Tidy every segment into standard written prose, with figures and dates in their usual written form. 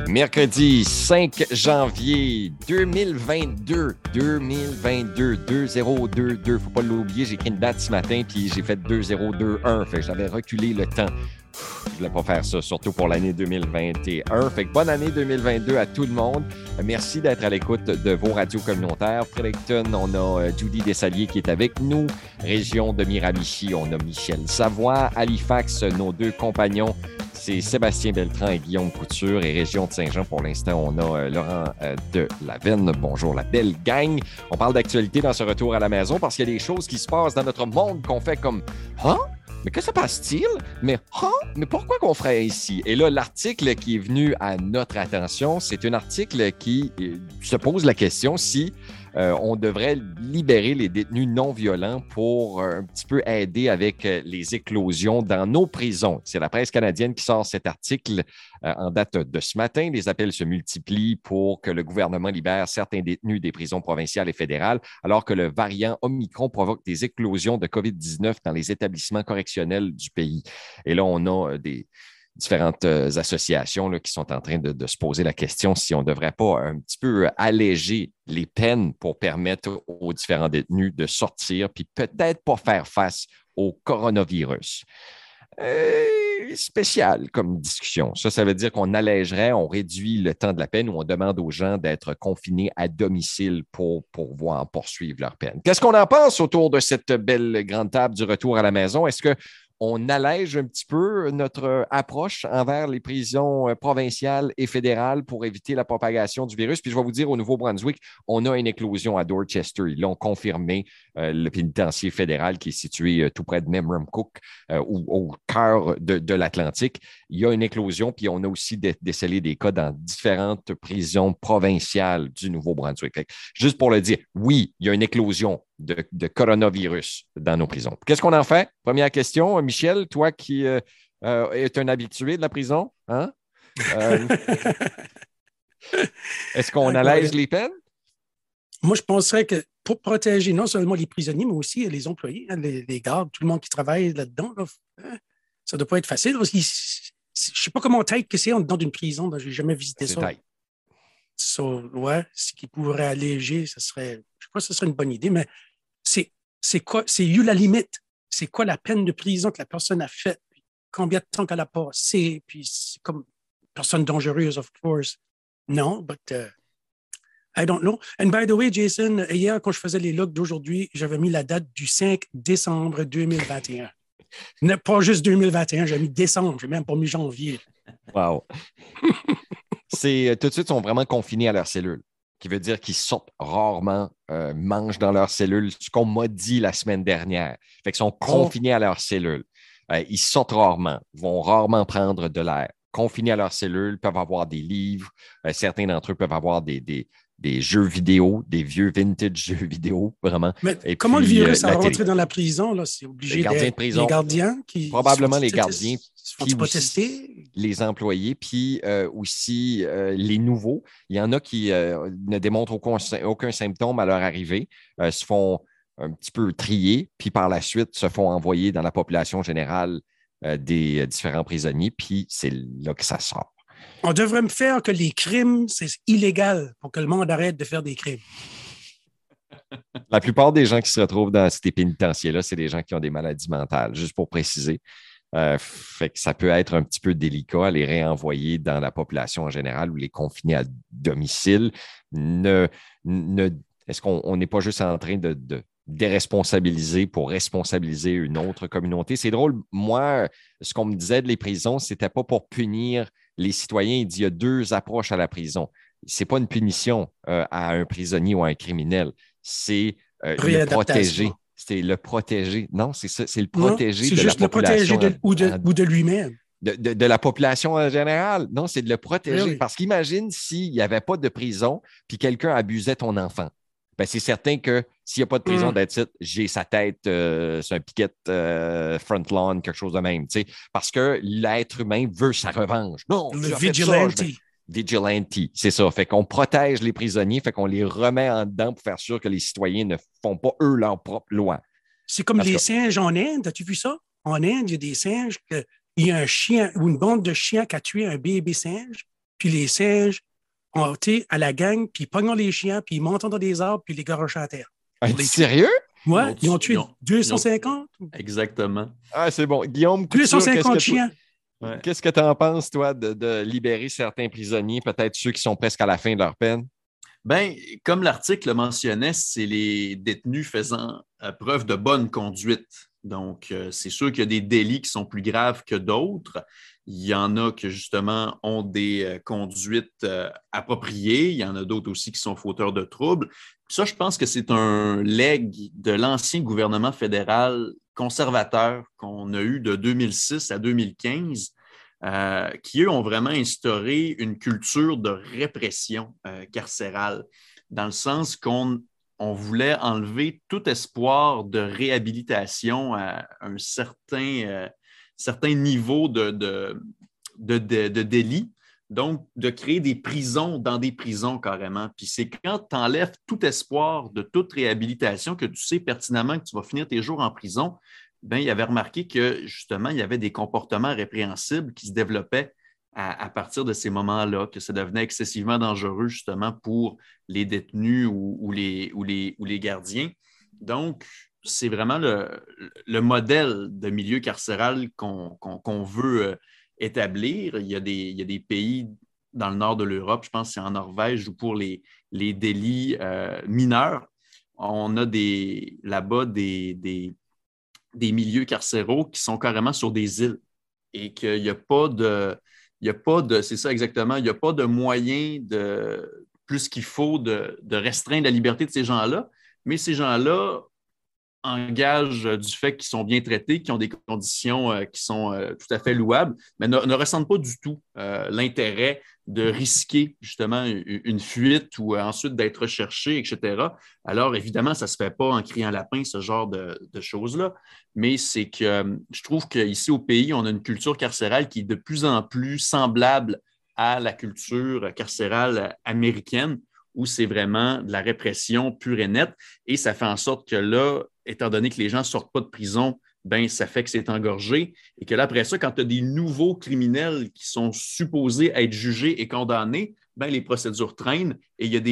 Mercredi 5 janvier 2022, 2022. Faut pas l'oublier, j'ai écrit une date ce matin puis j'ai fait 2021. Fait que j'avais reculé le temps. Je voulais pas faire ça, surtout pour l'année 2021. Fait que bonne année 2022 à tout le monde. Merci d'être à l'écoute de vos radios communautaires. Fredericton, on a Judy Dessalier qui est avec nous. Région de Miramichi, on a Michel Savoie. Halifax, nos deux compagnons, c'est Sébastien Beltran et Guillaume Couture. Et région de Saint-Jean, pour l'instant, on a Laurent de Lavenne. Bonjour la belle gang. On parle d'actualité dans ce retour à la maison parce qu'il y a des choses qui se passent dans notre monde qu'on fait comme « Hein? Mais que se passe-t-il? Mais pourquoi qu'on ferait ici? » Et là, l'article qui est venu à notre attention, c'est un article qui se pose la question si on devrait libérer les détenus non violents pour un petit peu aider avec les éclosions dans nos prisons. C'est la presse canadienne qui sort cet article en date de ce matin. Les appels se multiplient pour que le gouvernement libère certains détenus des prisons provinciales et fédérales, alors que le variant Omicron provoque des éclosions de COVID-19 dans les établissements correctionnels du pays. Et là, on a des différentes associations là, qui sont en train de se poser la question si on ne devrait pas un petit peu alléger les peines pour permettre aux différents détenus de sortir puis peut-être pas faire face au coronavirus. Spécial comme discussion. Ça veut dire qu'on allégerait, on réduit le temps de la peine ou on demande aux gens d'être confinés à domicile pour pouvoir poursuivre leur peine. Qu'est-ce qu'on en pense autour de cette belle grande table du retour à la maison? Est-ce qu'on allège un petit peu notre approche envers les prisons provinciales et fédérales pour éviter la propagation du virus? Puis je vais vous dire, au Nouveau-Brunswick, on a une éclosion à Dorchester. Ils l'ont confirmé, le pénitencier fédéral qui est situé tout près de Memramcook, au cœur de l'Atlantique. Il y a une éclosion, puis on a aussi décelé des cas dans différentes prisons provinciales du Nouveau-Brunswick. Fait que, juste pour le dire, oui, il y a une éclosion de coronavirus dans nos prisons. Qu'est-ce qu'on en fait? Première question. Michel, toi qui es un habitué de la prison, hein? Est-ce qu'on allège les peines? Moi, je penserais que pour protéger non seulement les prisonniers, mais aussi les employés, hein, les gardes, tout le monde qui travaille là-dedans, là, ça ne doit pas être facile. Je ne sais pas comment tight que c'est en dedans d'une prison. Je n'ai jamais visité ça. Tight. Ouais, ce qui pourrait alléger, je crois que ce serait une bonne idée, mais c'est quoi? C'est la limite. C'est quoi la peine de prison que la personne a faite? Combien de temps qu'elle a passé? Puis c'est comme personne dangereuse, of course. Non, but I don't know. And by the way, Jason, hier, quand je faisais les logs d'aujourd'hui, j'avais mis la date du 5 décembre 2021. Pas juste 2021, j'ai mis décembre, j'ai même pas mis janvier. Wow. Tout de suite, ils sont vraiment confinés à leur cellule, qui veut dire qu'ils sortent rarement, mangent dans leur cellule, ce qu'on m'a dit la semaine dernière. Fait qu'ils sont confinés à leur cellule. Ils sortent rarement, vont rarement prendre de l'air. Confinés à leur cellule, peuvent avoir des livres. Certains d'entre eux peuvent avoir des jeux vidéo, des vieux vintage jeux vidéo, vraiment. Mais et comment puis, le virus a rentré dans la prison? Là, c'est obligé les gardiens de prison. Les gardiens qui probablement les gardiens. Font-ils pas tester? Les employés, puis aussi les nouveaux. Il y en a qui ne démontrent aucun symptôme à leur arrivée, se font un petit peu trier, puis par la suite se font envoyer dans la population générale des différents prisonniers, puis c'est là que ça sort. On devrait me faire que les crimes, c'est illégal pour que le monde arrête de faire des crimes. La plupart des gens qui se retrouvent dans ces pénitenciers-là, c'est des gens qui ont des maladies mentales, juste pour préciser. Fait que ça peut être un petit peu délicat à les réenvoyer dans la population en général ou les confiner à domicile. Est-ce qu'on n'est pas juste en train de déresponsabiliser pour responsabiliser une autre communauté? C'est drôle. Moi, ce qu'on me disait de les prisons, c'était pas pour punir les citoyens. Il dit qu'il y a deux approches à la prison. C'est pas une punition à un prisonnier ou à un criminel. C'est le protéger. C'est le protéger. Non, c'est ça. C'est le protéger de la population. C'est juste le protéger ou de lui-même. De la population en général. Non, c'est de le protéger. Oui. Parce qu'imagine s'il n'y avait pas de prison puis quelqu'un abusait ton enfant. Ben, c'est certain que s'il n'y a pas de prison d'être j'ai sa tête sur un piquet front lawn, quelque chose de même. Parce que l'être humain veut sa revanche. Non, le vigilante. Vigilante, c'est ça. Fait qu'on protège les prisonniers, fait qu'on les remet en dedans pour faire sûr que les citoyens ne font pas, eux, leur propre loi. C'est comme les singes en Inde. As-tu vu ça? En Inde, il y a des singes, il y a un chien ou une bande de chiens qui a tué un bébé singe. puis les singes ont été à la gang, puis ils pognent les chiens, puis ils montent dans des arbres, puis ils les garochent à terre. Sérieux? Ouais, ils ont tué 250. Exactement. Ah, c'est bon. Guillaume Couture, 250 chiens. Qu'est-ce que tu en penses, toi, de libérer certains prisonniers, peut-être ceux qui sont presque à la fin de leur peine? Bien, comme l'article le mentionnait, c'est les détenus faisant preuve de bonne conduite. Donc, c'est sûr qu'il y a des délits qui sont plus graves que d'autres. Il y en a qui, justement, ont des conduites appropriées. Il y en a d'autres aussi qui sont fauteurs de troubles. Ça, je pense que c'est un legs de l'ancien gouvernement fédéral conservateur qu'on a eu de 2006 à 2015. Qui, eux, ont vraiment instauré une culture de répression carcérale, dans le sens qu'on voulait enlever tout espoir de réhabilitation à un certain niveau de délit. Donc, de créer des prisons dans des prisons carrément. Puis c'est quand tu enlèves tout espoir de toute réhabilitation que tu sais pertinemment que tu vas finir tes jours en prison. Bien, il avait remarqué que, justement, il y avait des comportements répréhensibles qui se développaient à partir de ces moments-là, que ça devenait excessivement dangereux, justement, pour les détenus ou les gardiens. Donc, c'est vraiment le modèle de milieu carcéral qu'on veut établir. Il y a des pays dans le nord de l'Europe, je pense que c'est en Norvège, où pour les délits mineurs, on a là-bas des milieux carcéraux qui sont carrément sur des îles et qu'il n'y a pas de, c'est ça exactement, il n'y a pas de moyen de plus qu'il faut de restreindre la liberté de ces gens-là, mais ces gens-là engagent du fait qu'ils sont bien traités, qu'ils ont des conditions qui sont tout à fait louables, mais ne ressentent pas du tout l'intérêt de risquer justement une fuite ou ensuite d'être recherché, etc. Alors, évidemment, ça ne se fait pas en criant lapin, ce genre de choses-là, mais c'est que je trouve qu'ici au pays, on a une culture carcérale qui est de plus en plus semblable à la culture carcérale américaine, où c'est vraiment de la répression pure et nette, et ça fait en sorte que là, étant donné que les gens ne sortent pas de prison, ben, ça fait que c'est engorgé et que là, après ça, quand tu as des nouveaux criminels qui sont supposés être jugés et condamnés, ben, les procédures traînent et il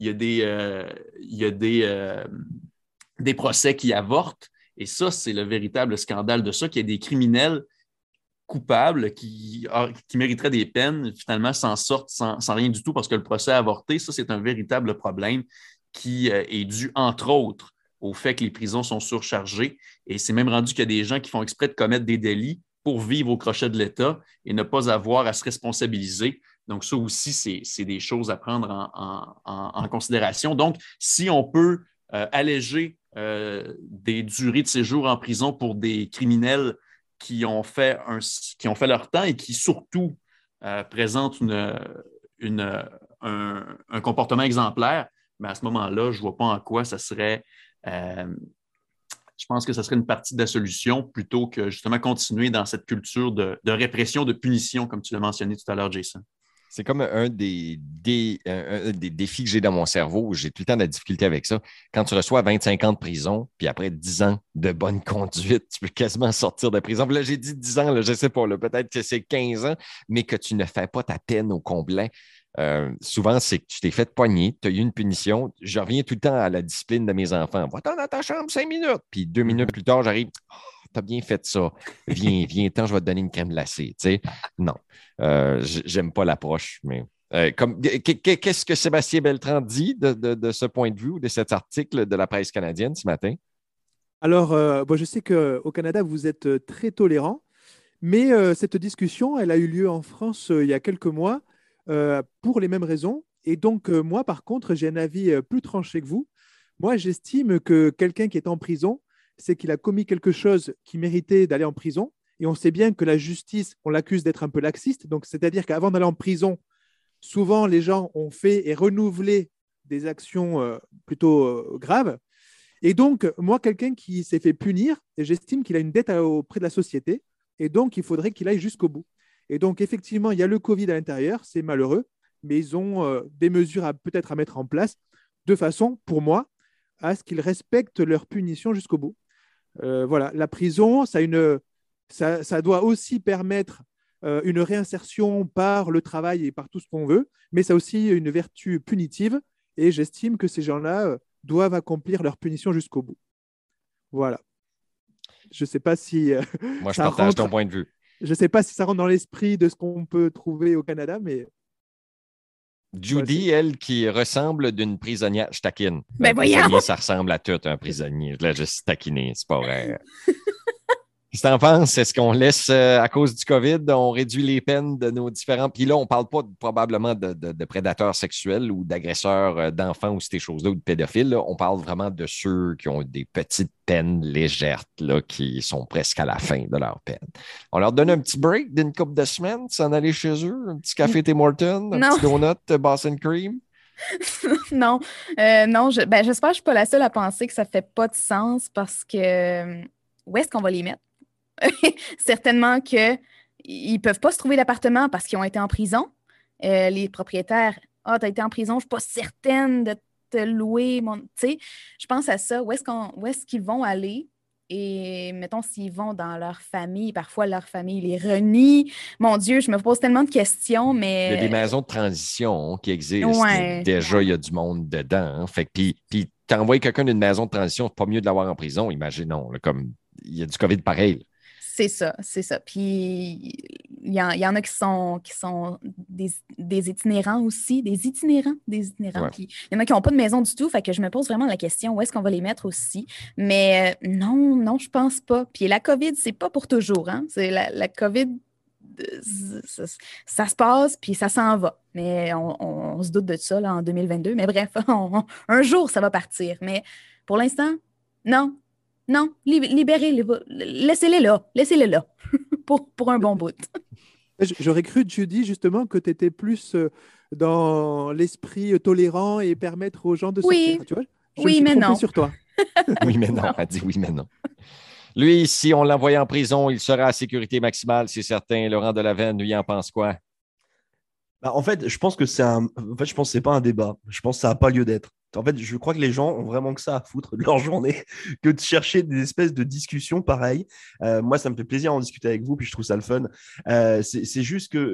y a des procès qui avortent. Et ça, c'est le véritable scandale de ça, qu'il y a des criminels coupables qui mériteraient des peines, finalement s'en sortent sans rien du tout parce que le procès a avorté. Ça, c'est un véritable problème qui est dû, entre autres, au fait que les prisons sont surchargées. Et c'est même rendu qu'il y a des gens qui font exprès de commettre des délits pour vivre au crochet de l'État et ne pas avoir à se responsabiliser. Donc, ça aussi, c'est des choses à prendre en considération. Donc, si on peut alléger des durées de séjour en prison pour des criminels qui ont fait leur temps et qui surtout présentent un comportement exemplaire, mais à ce moment-là, je ne vois pas en quoi ça serait... je pense que ça serait une partie de la solution plutôt que justement continuer dans cette culture de répression, de punition, comme tu l'as mentionné tout à l'heure, Jason. C'est comme un des défis que j'ai dans mon cerveau. J'ai tout le temps de la difficulté avec ça. Quand tu reçois 25 ans de prison, puis après 10 ans de bonne conduite, tu peux quasiment sortir de prison. Puis là, j'ai dit 10 ans, là, je ne sais pas, là, peut-être que c'est 15 ans, mais que tu ne fais pas ta peine au complet. Souvent, c'est que tu t'es fait pogner, tu as eu une punition. Je reviens tout le temps à la discipline de mes enfants. Va-t'en dans ta chambre 5 minutes. Puis 2 minutes plus tard, j'arrive. Oh, t'as bien fait ça. Viens, je vais te donner une crème glacée. Tu sais? Non, j'aime pas l'approche. Mais qu'est-ce que Sébastien Beltrand dit de ce point de vue, de cet article de la presse canadienne ce matin? Alors, je sais qu'au Canada, vous êtes très tolérant, mais cette discussion, elle a eu lieu en France il y a quelques mois. Pour les mêmes raisons. Et donc, moi, par contre, j'ai un avis plus tranché que vous. Moi, j'estime que quelqu'un qui est en prison, c'est qu'il a commis quelque chose qui méritait d'aller en prison. Et on sait bien que la justice, on l'accuse d'être un peu laxiste. Donc, c'est-à-dire qu'avant d'aller en prison, souvent, les gens ont fait et renouvelé des actions plutôt graves. Et donc, moi, quelqu'un qui s'est fait punir, j'estime qu'il a une dette auprès de la société. Et donc, il faudrait qu'il aille jusqu'au bout. Et donc, effectivement, il y a le Covid à l'intérieur, c'est malheureux, mais ils ont des mesures peut-être à mettre en place de façon, pour moi, à ce qu'ils respectent leur punition jusqu'au bout. Voilà, la prison, ça doit aussi permettre une réinsertion par le travail et par tout ce qu'on veut, mais ça a aussi une vertu punitive. Et j'estime que ces gens-là doivent accomplir leur punition jusqu'au bout. Voilà. Je ne sais pas si Moi, je ça partage ton rentre. point de vue. Je sais pas si ça rentre dans l'esprit de ce qu'on peut trouver au Canada, mais Judy, elle, qui ressemble d'une prisonnière. Je taquine. Ben Un voyons! prisonnier, ça ressemble à tout un prisonnier. Je l'ai juste taquiné, c'est pas vrai. Qu'est-ce que t'en penses? Est-ce qu'on laisse, à cause du COVID, on réduit les peines de nos différents... Puis là, on parle pas probablement de prédateurs sexuels ou d'agresseurs d'enfants ou ces choses-là ou de pédophiles. Là. On parle vraiment de ceux qui ont des petites peines légères, là, qui sont presque à la fin de leur peine. On leur donne un petit break d'une couple de semaines, s'en aller chez eux, un petit café Tim Hortons, un Non. petit donut Boston Cream. Non, non, j'espère que je ne suis pas la seule à penser que ça ne fait pas de sens parce que où est-ce qu'on va les mettre? Certainement qu'ils ne peuvent pas se trouver d'appartement parce qu'ils ont été en prison. Les propriétaires, tu as été en prison, je ne suis pas certaine de te louer. Tu sais, je pense à ça. Où est-ce qu'ils vont aller? Et mettons, s'ils vont dans leur famille, parfois leur famille les renie. Mon Dieu, je me pose tellement de questions, mais... Il y a des maisons de transition qui existent. Ouais, Déjà, ouais. il y a du monde dedans. Fait que, puis t'envoies quelqu'un d'une maison de transition, c'est pas mieux de l'avoir en prison, imaginons. Là, comme il y a du COVID pareil. C'est ça, c'est ça. Puis il y en a qui sont des itinérants aussi, des itinérants. Ouais. Puis il y en a qui n'ont pas de maison du tout, fait que je me pose vraiment la question, où est-ce qu'on va les mettre aussi? Mais non, je pense pas. Puis la COVID, c'est pas pour toujours, hein? C'est la COVID, ça se passe, puis ça s'en va. Mais on se doute de ça là, en 2022. Mais bref, un jour, ça va partir. Mais pour l'instant, non. Non, libérez-les, laissez-les là, pour un bon bout. j'aurais cru, Judy, justement, que tu étais plus dans l'esprit tolérant et permettre aux gens de Oui. sortir. Tu vois, je me Oui, suis mais trompé non. sur toi. Oui, mais non. Elle dit oui, mais non. Lui, si on l'envoyait en prison, il sera à sécurité maximale, c'est certain. Laurent Delavenne, lui, en pense quoi? Bah, en fait, je pense que je pense que c'est pas un débat. Je pense que ça n'a pas lieu d'être. En fait, je crois que les gens ont vraiment que ça à foutre de leur journée que de chercher des espèces de discussions pareilles. Moi, ça me fait plaisir d'en discuter avec vous, puis je trouve ça le fun. C'est juste que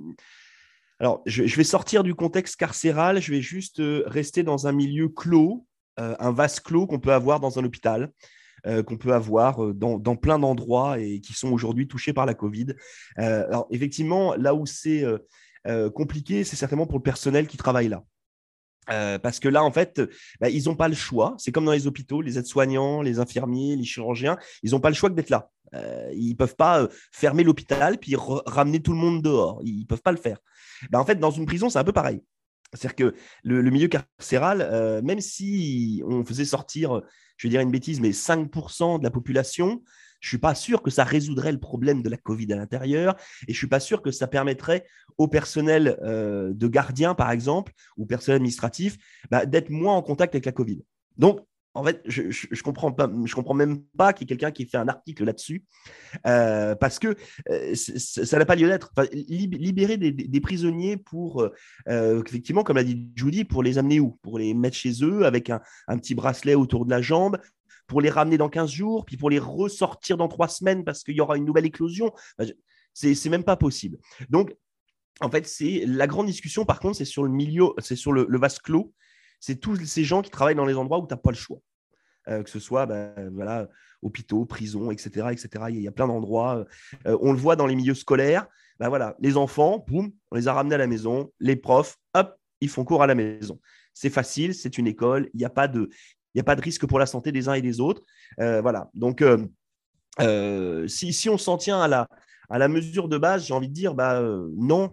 alors, je vais sortir du contexte carcéral. Je vais juste rester dans un milieu clos, un vase clos qu'on peut avoir dans un hôpital. Qu'on peut avoir dans plein d'endroits et qui sont aujourd'hui touchés par la Covid. Alors, effectivement, là où c'est compliqué, c'est certainement pour le personnel qui travaille là. Parce que là, en fait, ils n'ont pas le choix. C'est comme dans les hôpitaux, les aides-soignants, les infirmiers, les chirurgiens, ils n'ont pas le choix que d'être là. Ils ne peuvent pas fermer l'hôpital puis ramener tout le monde dehors. Ils ne peuvent pas le faire. En fait, dans une prison, c'est un peu pareil. C'est-à-dire que le milieu carcéral, même si on faisait sortir, je vais dire une bêtise, mais 5% de la population, je ne suis pas sûr que ça résoudrait le problème de la Covid à l'intérieur et je ne suis pas sûr que ça permettrait au personnel de gardien, par exemple, ou personnel administratif, d'être moins en contact avec la Covid. Donc, en fait, je comprends même pas qu'il y ait quelqu'un qui ait fait un article là-dessus parce que ça n'a pas lieu d'être. Enfin, libérer des prisonniers pour, effectivement, comme l'a dit Judy, pour les amener où? Pour les mettre chez eux avec un petit bracelet autour de la jambe, pour les ramener dans 15 jours, puis pour les ressortir dans 3 semaines parce qu'il y aura une nouvelle éclosion. C'est même pas possible. Donc, en fait, c'est la grande discussion, par contre, c'est sur le milieu, c'est sur le vase clos. C'est tous ces gens qui travaillent dans les endroits où tu n'as pas le choix. Que ce soit voilà, hôpitaux, prisons, etc., etc. Il y a plein d'endroits. On le voit dans les milieux scolaires. Voilà, les enfants, boum, on les a ramenés à la maison. Les profs, hop, ils font cours à la maison. C'est facile, c'est une école. Il n'y a pas de risque pour la santé des uns et des autres. Voilà. Donc, si on s'en tient à la mesure de base, j'ai envie de dire, non,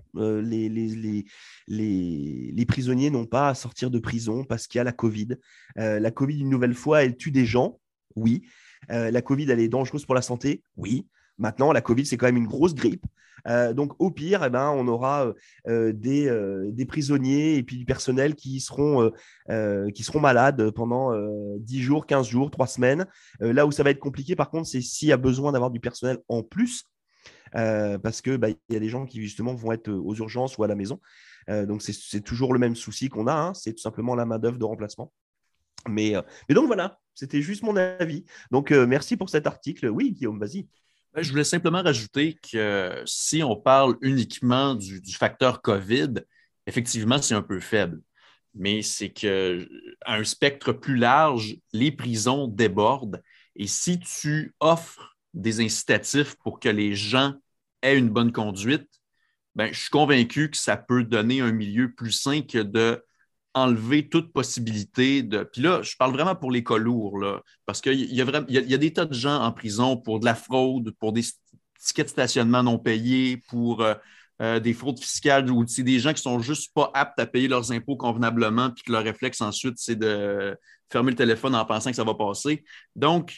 les prisonniers n'ont pas à sortir de prison parce qu'il y a la Covid. La Covid, une nouvelle fois, elle tue des gens, oui. La Covid, elle est dangereuse pour la santé, oui. Maintenant, la Covid, c'est quand même une grosse grippe. Donc, au pire, on aura des prisonniers et puis du personnel qui seront malades pendant 10 jours, 15 jours, 3 semaines. Là où ça va être compliqué, par contre, c'est s'il y a besoin d'avoir du personnel en plus. Parce que il y a des gens qui justement vont être aux urgences ou à la maison. Donc, c'est toujours le même souci qu'on a. Hein, c'est tout simplement la main-d'œuvre de remplacement. Mais donc, voilà, c'était juste mon avis. Donc, merci pour cet article. Oui, Guillaume, vas-y. Je voulais simplement rajouter que si on parle uniquement du facteur COVID, effectivement, c'est un peu faible. Mais c'est qu'à un spectre plus large, les prisons débordent. Et si tu offres des incitatifs pour que les gens aient une bonne conduite, ben, je suis convaincu que ça peut donner un milieu plus sain que d'enlever toute possibilité de. Puis là, je parle vraiment pour les cas lourds, là, parce qu'il y a des tas de gens en prison pour de la fraude, pour des tickets de stationnement non payés, pour des fraudes fiscales, ou c'est des gens qui sont juste pas aptes à payer leurs impôts convenablement, puis que leur réflexe ensuite, c'est de fermer le téléphone en pensant que ça va passer. Donc,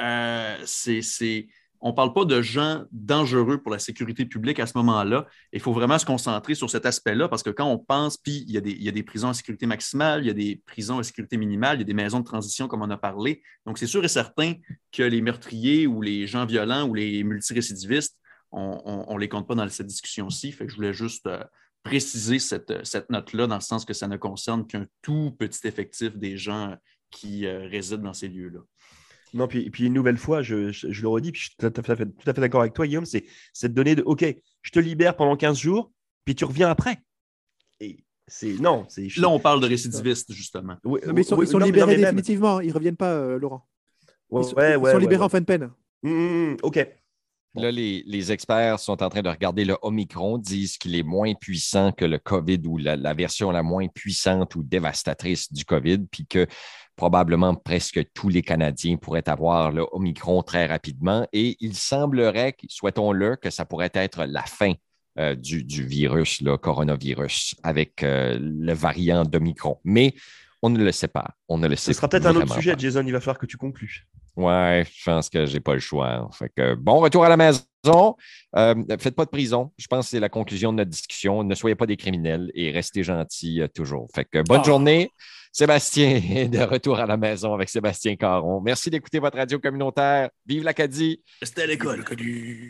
on ne parle pas de gens dangereux pour la sécurité publique à ce moment-là. Il faut vraiment se concentrer sur cet aspect-là parce que quand on pense, puis il y a des prisons à sécurité maximale, il y a des prisons à sécurité minimale, il y a des maisons de transition comme on a parlé. Donc, c'est sûr et certain que les meurtriers ou les gens violents ou les multirécidivistes, on ne les compte pas dans cette discussion-ci. Fait que je voulais juste préciser cette note-là dans le sens que ça ne concerne qu'un tout petit effectif des gens qui résident dans ces lieux-là. Non, puis une nouvelle fois, je le redis, puis je suis tout à fait d'accord avec toi, Guillaume, c'est cette donnée de OK, je te libère pendant 15 jours, puis tu reviens après. Et là, on parle de récidivistes, justement. Oui, mais ils sont libérés définitivement, ils ne reviennent pas, Laurent. Ils sont libérés en fin de peine. OK. Là, les experts sont en train de regarder le Omicron, disent qu'il est moins puissant que le COVID ou la version la moins puissante ou dévastatrice du COVID, puis que probablement presque tous les Canadiens pourraient avoir le Omicron très rapidement. Et il semblerait, souhaitons-le, que ça pourrait être la fin du virus, le coronavirus, avec le variant d'Omicron. Mais on ne le sait pas. Ce sera peut-être un autre sujet, Jason. Il va falloir que tu conclues. Ouais, je pense que je n'ai pas le choix. Fait que, bon retour à la maison. Faites pas de prison. Je pense que c'est la conclusion de notre discussion. Ne soyez pas des criminels et restez gentils toujours. Fait que bonne journée. Sébastien est de retour à la maison avec Sébastien Caron. Merci d'écouter votre radio communautaire. Vive l'Acadie. Restez à l'école.